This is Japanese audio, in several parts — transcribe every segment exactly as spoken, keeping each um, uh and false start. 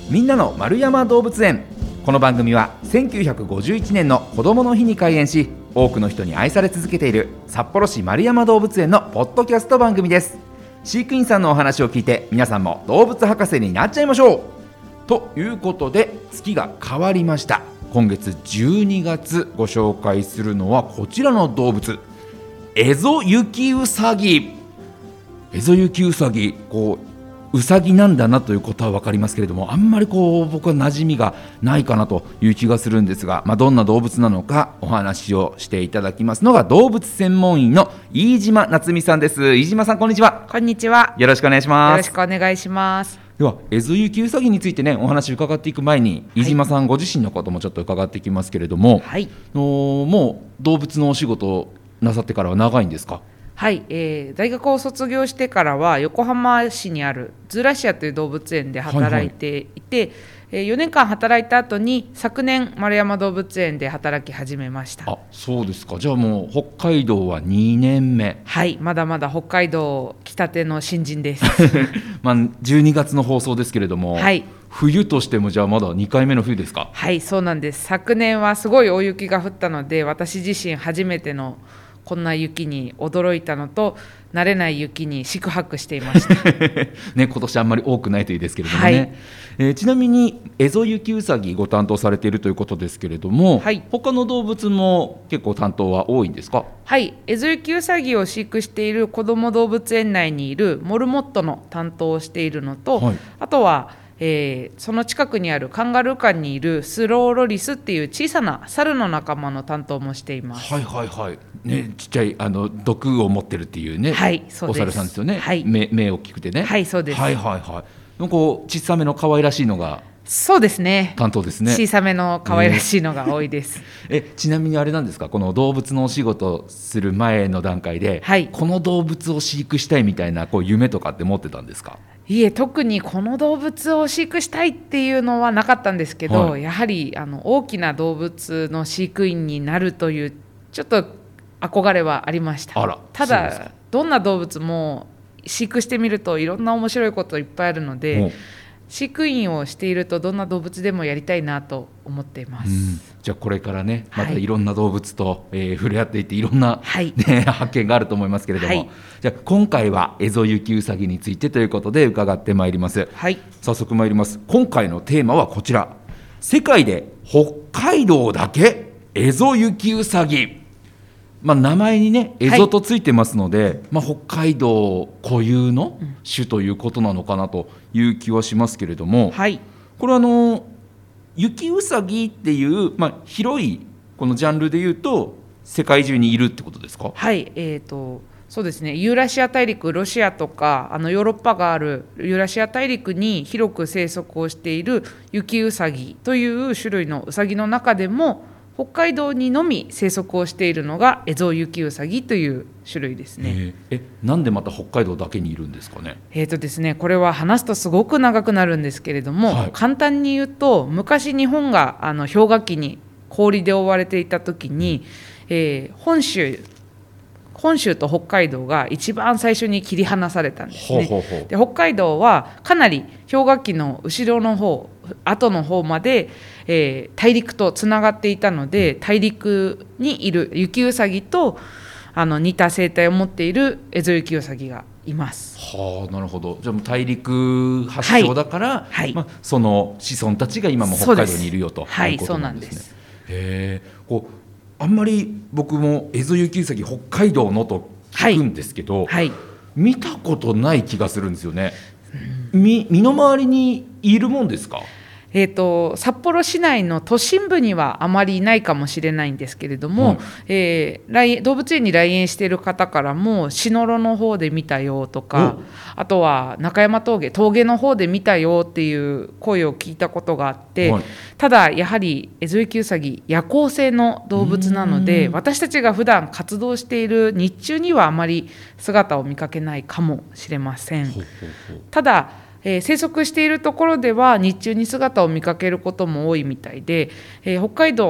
みんなの丸山動物園。この番組はせんきゅうひゃくごじゅういちねんの子どもの日に開園し、多くの人に愛され続けている札幌市丸山動物園のポッドキャスト番組です。飼育員さんのお話を聞いて、皆さんも動物博士になっちゃいましょう。ということで、月が変わりました。今月じゅうにがつご紹介するのはこちらの動物、エゾユキウサギ。エゾユキウサギ、こうウサギなんだなということは分かりますけれども、あんまりこう僕は馴染みがないかなという気がするんですが、まあ、どんな動物なのかお話をしていただきますのが、動物専門医の飯島夏美さんです。飯島さん、こんにちは。 こんにちは。 よろしくお願いします。 よろしくお願いします。 では、エゾユキウサギについてね、お話を伺っていく前に、飯島さんご自身のこともちょっと伺っていきますけれども、 はい、 のもう動物のお仕事をなさってからは長いんですか？ はい、えー、大学を卒業してからは横浜市にあるズーラシアという動物園で働いていて、はいはい、えー、よねんかん働いた後に昨年丸山動物園で働き始めました。 あ、そうですか。じゃあもう北海道はにねんめ。 はい、まだまだ北海道来たての新人ですまあ、じゅうにがつの放送ですけれども、 はい、 冬としてもじゃあまだにかいめの冬ですか？ はい、そうなんです。昨年はすごい大雪が降ったので、私自身初めてのこんな雪に驚いたのと、慣れない雪に四苦八苦していましたね、今年あんまり多くないといいですけれどもね、 はい、 えー、ちなみにエゾユキウサギご担当されているということですけれども、 はい、 他の動物も結構担当は多いんですか？ はい、エゾユキウサギを飼育している子ども動物園内にいるモルモットの担当をしているのと、はい、あとはえー、その近くにあるカンガルー館にいるスローロリスっていう小さな猿の仲間の担当もしています。 はいはいはい、ね、ちっちゃいあの毒を持ってるっていうね、 はい、そうです。 お猿さんですよね、 はい、 目, 目大きくてね。 はい、そうです。 はいはいはい、なんか小さめの可愛らしいのがそうですね、 担当ですね。 小さめの可愛らしいのが多いです、 えー、えちなみにあれなんですか、この動物のお仕事する前の段階で、はい、この動物を飼育したいみたいなこう夢とかって持ってたんですか？ いえ、特にこの動物を飼育したいっていうのはなかったんですけど、はい、やはりあの大きな動物の飼育員になるというちょっと憧れはありました。 あら、 ただどんな動物も飼育してみるといろんな面白いこといっぱいあるので、飼育員をしているとどんな動物でもやりたいなと思っています、うん、 じゃあこれからね、またいろんな動物と、はい、えー、触れ合っていっていろんな、 はいね、発見があると思いますけれども、はい、じゃあ今回はエゾユキウサギについてということで伺ってまいります、 はい、 早速まいります。今回のテーマはこちら、世界で北海道だけエゾユキウサギ。まあ、名前にねエゾとついてますので、はい、まあ、北海道固有の種ということなのかなという気はしますけれども、 はい、 これはあのユキウサギっていう、まあ、広いこのジャンルでいうと世界中にいるってことですか？ はい、えーとそうですね、ユーラシア大陸、ロシアとかあのヨーロッパがあるユーラシア大陸に広く生息をしているユキウサギという種類のウサギの中でも、北海道にのみ生息をしているのがエゾユキウサギという種類ですね。 えー、えなんでまた北海道だけにいるんですかね？ えーとですね、これは話すとすごく長くなるんですけれども、はい、簡単に言うと、昔日本があの氷河期に氷で覆われていた時に、えー、本州本州と北海道が一番最初に切り離されたんですね。 ほうほうほう。 で北海道はかなり氷河期の後ろの方後の方まで、えー、大陸とつながっていたので、大陸にいるユキウサギとあの似た生態を持っているエゾユキウサギがいます。 はあ、なるほど。じゃあもう大陸発祥だから、はいはい、まあ、その子孫たちが今も北海道にいるよということなんですね。へえ、こうあんまり僕もエゾユキウサギ北海道のと聞くんですけど、はいはい、見たことない気がするんですよね。身, 身の回りにいるもんですか？ えーと、札幌市内の都心部にはあまりいないかもしれないんですけれども、はい、えー、来動物園に来園している方からもシノロの方で見たよとか、あとは中山峠峠の方で見たよっていう声を聞いたことがあって、はい、ただやはりエゾユキウサギ夜行性の動物なので、私たちが普段活動している日中にはあまり姿を見かけないかもしれません。ほうほうほう。ただえー、生息しているところでは日中に姿を見かけることも多いみたいで、えー、北海道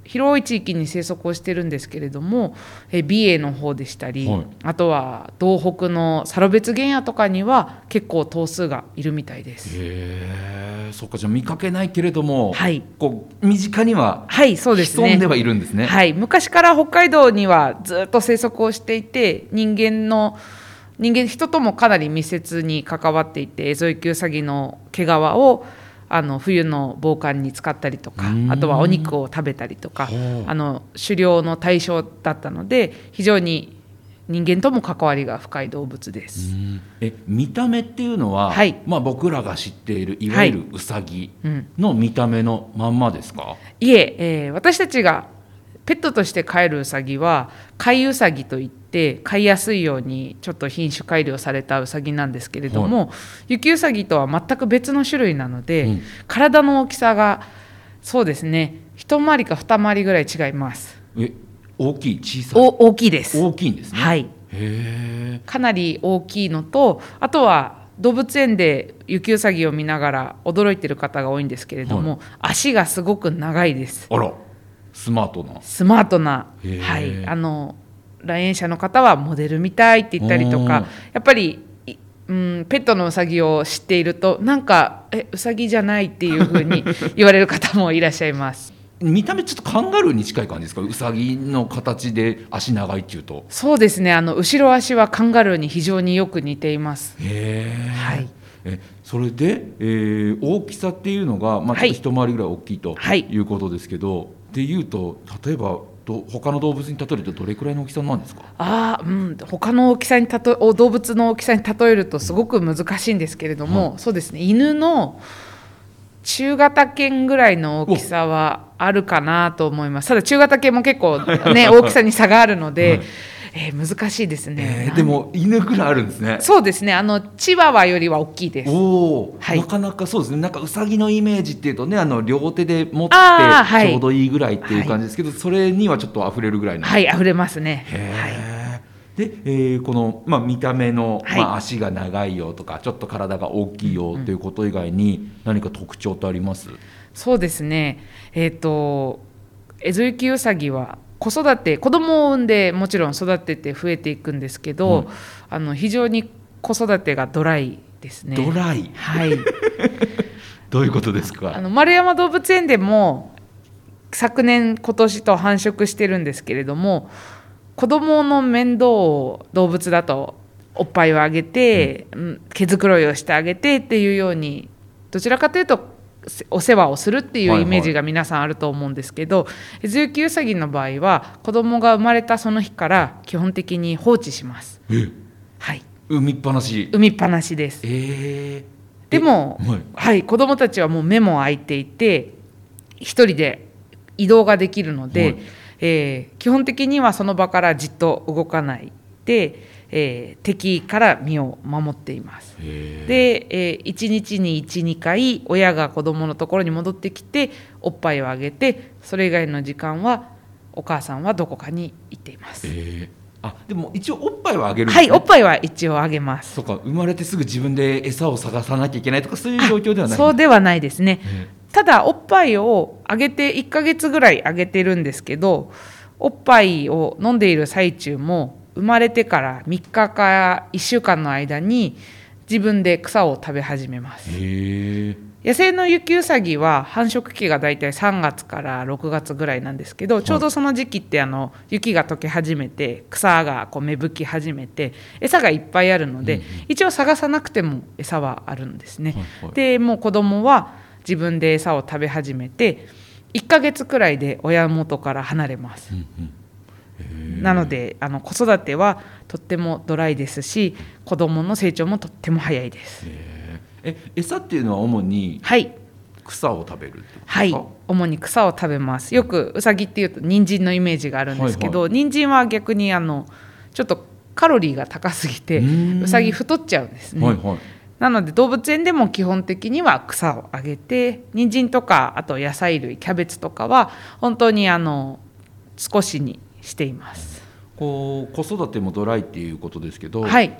広い地域に生息をしてるんですけれども、え美瑛の方でしたり、 はい、 あとは道北のサロベツ原野とかには結構頭数がいるみたいです。 へー、そっか。じゃあ見かけないけれども、 はい、 こう身近にははいそうですね、 潜んではいるんですね。 はい、昔から北海道にはずっと生息をしていて、人間の人間人ともかなり密接に関わっていて、エゾユキウサギの毛皮をあの冬の防寒に使ったりとか、あとはお肉を食べたりとか、あの狩猟の対象だったので非常に人間とも関わりが深い動物です。 うん、え見た目っていうのは、はい、まあ、僕らが知っているいわゆるウサギの見た目のまんまですか？はい、 いええー、私たちがペットとして飼えるウサギは飼いウサギといって飼いやすいようにちょっと品種改良されたウサギなんですけれども、はい、ユキウサギとは全く別の種類なので、うん、体の大きさがそうですね一回りか二回りぐらい違います。 え大きい小さい？ お大きいです。 大きいんですね。 はい、 へー、 かなり大きいのと、あとは動物園でユキウサギを見ながら驚いてる方が多いんですけれども、はい、足がすごく長いです。 あら、スマートなスマートな、はい、あの来園者の方はモデルみたいって言ったりとか、やっぱり、うん、ペットのウサギを知っているとなんかえウサギじゃないっていう風に言われる方もいらっしゃいます。 見た目ちょっとカンガルーに近い感じですか？ウサギの形で足長いっていうと。 そうですね、あの後ろ足はカンガルーに非常によく似ています。 へー、 はい、 えそれで、えー、大きさっていうのが、まあ、ちょっと一回りぐらい大きいということですけど、はい、っていうと例えばど他の動物に例えるとどれくらいの大きさなんですか？ あ、うん、他の大きさにたと動物の大きさに例えるとすごく難しいんですけれども、うん、そうですね、犬の中型犬ぐらいの大きさはあるかなと思います。ただ中型犬も結構ね大きさに差があるので、はい、えー、難しいですね。 えー、でも犬ぐらいあるんですね。 そうですね、あのチワワよりは大きいです。 お、はい、なかなかそうですね。なんかウサギのイメージっていうとね、あの両手で持ってちょうどいいぐらいっていう感じですけど、はい、それにはちょっと溢れるぐらいの。 はい、溢れますね。 はい、で、えー、この、まあ、見た目の、はい、まあ、足が長いよとかちょっと体が大きいよということ以外に何か特徴ってあります？ そうですね、えーと、エゾユキウサギは子育て子供を産んでもちろん育てて増えていくんですけど、うん、あの非常に子育てがドライですね。 ドライ、 はい、 どういうことですか？ あの丸山動物園でも昨年今年と繁殖してるんですけれども、子供の面倒を動物だとおっぱいをあげて、うん、毛づくろいをしてあげてっていうようにどちらかというとお世話をするっていうイメージが皆さんあると思うんですけど、はいはい、エゾユキウサギの場合は子供が生まれたその日から基本的に放置します。 え、 はい、 産みっぱなし？ 産みっぱなしです。 えー、 でも、はいはい、子供たちはもう目も開いていて一人で移動ができるので、はい、えー、基本的にはその場からじっと動かないで、えー、敵から身を守っています。で、えー、いちにちにいち、にかい親が子供のところに戻ってきておっぱいをあげて、それ以外の時間はお母さんはどこかに行っています。 えー、あ、でも一応おっぱいはあげるんですね。 はい、おっぱいは一応あげます。 そうか、生まれてすぐ自分で餌を探さなきゃいけないとかそういう状況ではない？ そうではないですね。ただおっぱいをあげていっかげつぐらいあげてるんですけど、おっぱいを飲んでいる最中も生まれてからみっかかいっしゅうかんの間に自分で草を食べ始めます。 へー、 野生のユキウサギは繁殖期がだいたいさんがつからろくがつぐらいなんですけど、ちょうどその時期ってあの雪が溶け始めて草がこう芽吹き始めて餌がいっぱいあるので、うんうん、一応探さなくても餌はあるんですね。はいはい、でもう子供は自分で餌を食べ始めていっかげつくらいで親元から離れます。うんうん、なのであの子育てはとってもドライですし、子どもの成長もとっても早いです。 え、餌っていうのは主に草を食べるってことですか？ はい、主に草を食べます。よくウサギっていうと人参のイメージがあるんですけど、はいはい、人参は逆にあのちょっとカロリーが高すぎてウサギ太っちゃうんですね。はいはい、なので動物園でも基本的には草をあげて、人参とかあと野菜類キャベツとかは本当にあの少しにしています。 こう子育てもドライっていうことですけど、 はい、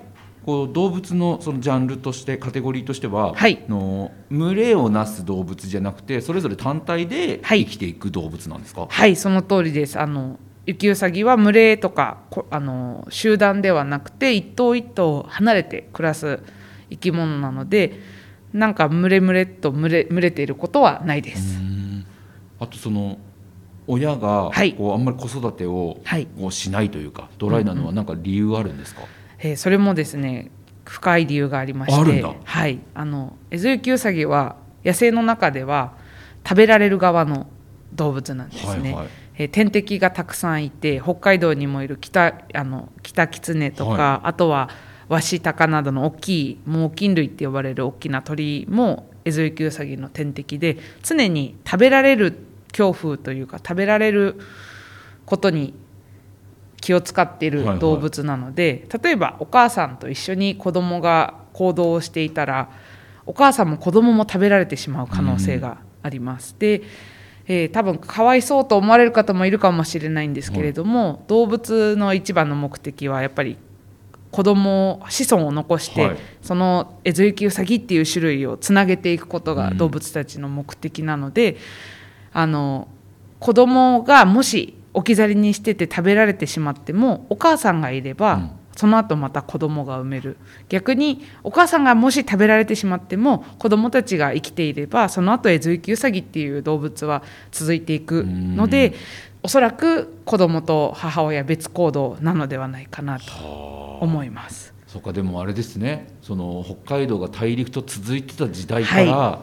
こう動物のそのジャンルとしてカテゴリーとしては、 はい、 の群れをなす動物じゃなくてそれぞれ単体で生きていく動物なんですか？ はい、はい、その通りです。あの雪うさぎは群れとかあの集団ではなくて一頭一頭離れて暮らす生き物なので、なんか群れ群れと群れ群れていることはないです。 うーん、あとその親がこうあんまり子育てをこうしないというか、はい、ドライなのは何か理由あるんですか？ えー、それもですね深い理由がありまして、 あるんだ。 はい、あのエゾユキウサギは野生の中では食べられる側の動物なんですね、はいはい、えー、天敵がたくさんいて北海道にもいるキタあのキタキツネとか、はい、あとはワシタカなどの大きい猛禽類って呼ばれる大きな鳥もエゾユキウサギの天敵で、常に食べられる恐怖というか食べられることに気を使っている動物なので、はいはい、例えばお母さんと一緒に子供が行動をしていたらお母さんも子供も食べられてしまう可能性があります。で、えー、多分かわいそうと思われる方もいるかもしれないんですけれども、はい、動物の一番の目的はやっぱり子供子孫を残して、はい、そのエゾユキウサギっていう種類をつなげていくことが動物たちの目的なので、うん、あの子供がもし置き去りにしてて食べられてしまってもお母さんがいれば、うん、その後また子供が産める。逆にお母さんがもし食べられてしまっても子供たちが生きていればその後エゾユキウサギっていう動物は続いていくので、おそらく子供と母親別行動なのではないかなと思います。 そうか、でもあれですね、その北海道が大陸と続いてた時代から、はい、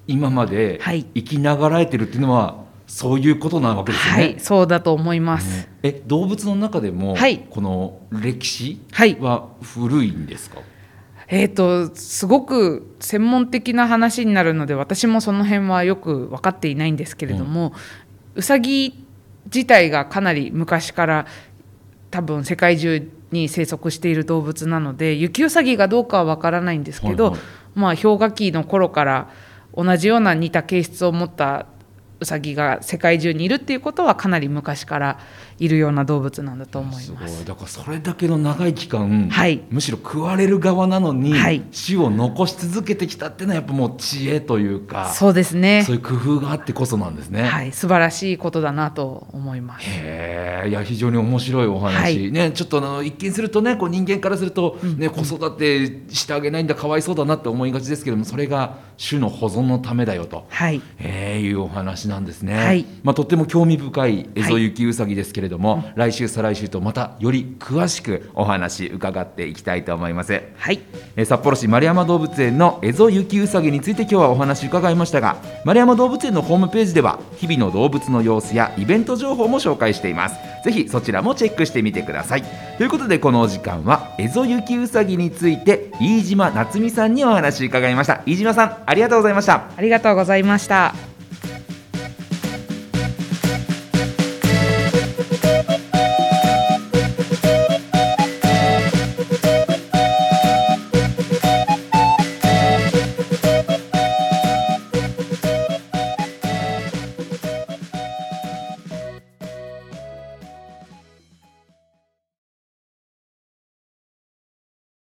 今まで生きながらえてるっていうのは、はい、そういうことなわけですよね。 はい、そうだと思います、 うん、え動物の中でも、はい、この歴史は古いんですか？はい、 えーと、すごく専門的な話になるので私もその辺はよく分かっていないんですけれども、うん、ウサギ自体がかなり昔から多分世界中に生息している動物なのでユキウサギがどうかは分からないんですけど、はいはい、まあ、氷河期の頃から同じような似た形質を持ったウサギが世界中にいるっていうことはかなり昔からいるような動物なんだと思います。 すごい。だからそれだけの長い期間、 はい、 むしろ食われる側なのに、 はい、 種を残し続けてきたっていうのはやっぱもう知恵というか、 そうですね、 そういう工夫があってこそなんですね。 はい、素晴らしいことだなと思います。 へー、いや非常に面白いお話、はい、ね、ちょっとあの一見するとねこう人間からすると、ね、子育てしてあげないんだかわいそうだなって思いがちですけども、それが種の保存のためだよと、はい、えー、いうお話なんですね。はい、まあ、とっても興味深いエゾユキウサギですけれども、はい、来週再来週とまたより詳しくお話伺っていきたいと思います。はい、えー、札幌市円山動物園のエゾユキウサギについて今日はお話伺いましたが、円山動物園のホームページでは日々の動物の様子やイベント情報も紹介しています。ぜひそちらもチェックしてみてください。ということでこのお時間はエゾユキウサギについて飯島夏美さんにお話伺いました。飯島さんありがとうございました。 ありがとうございました。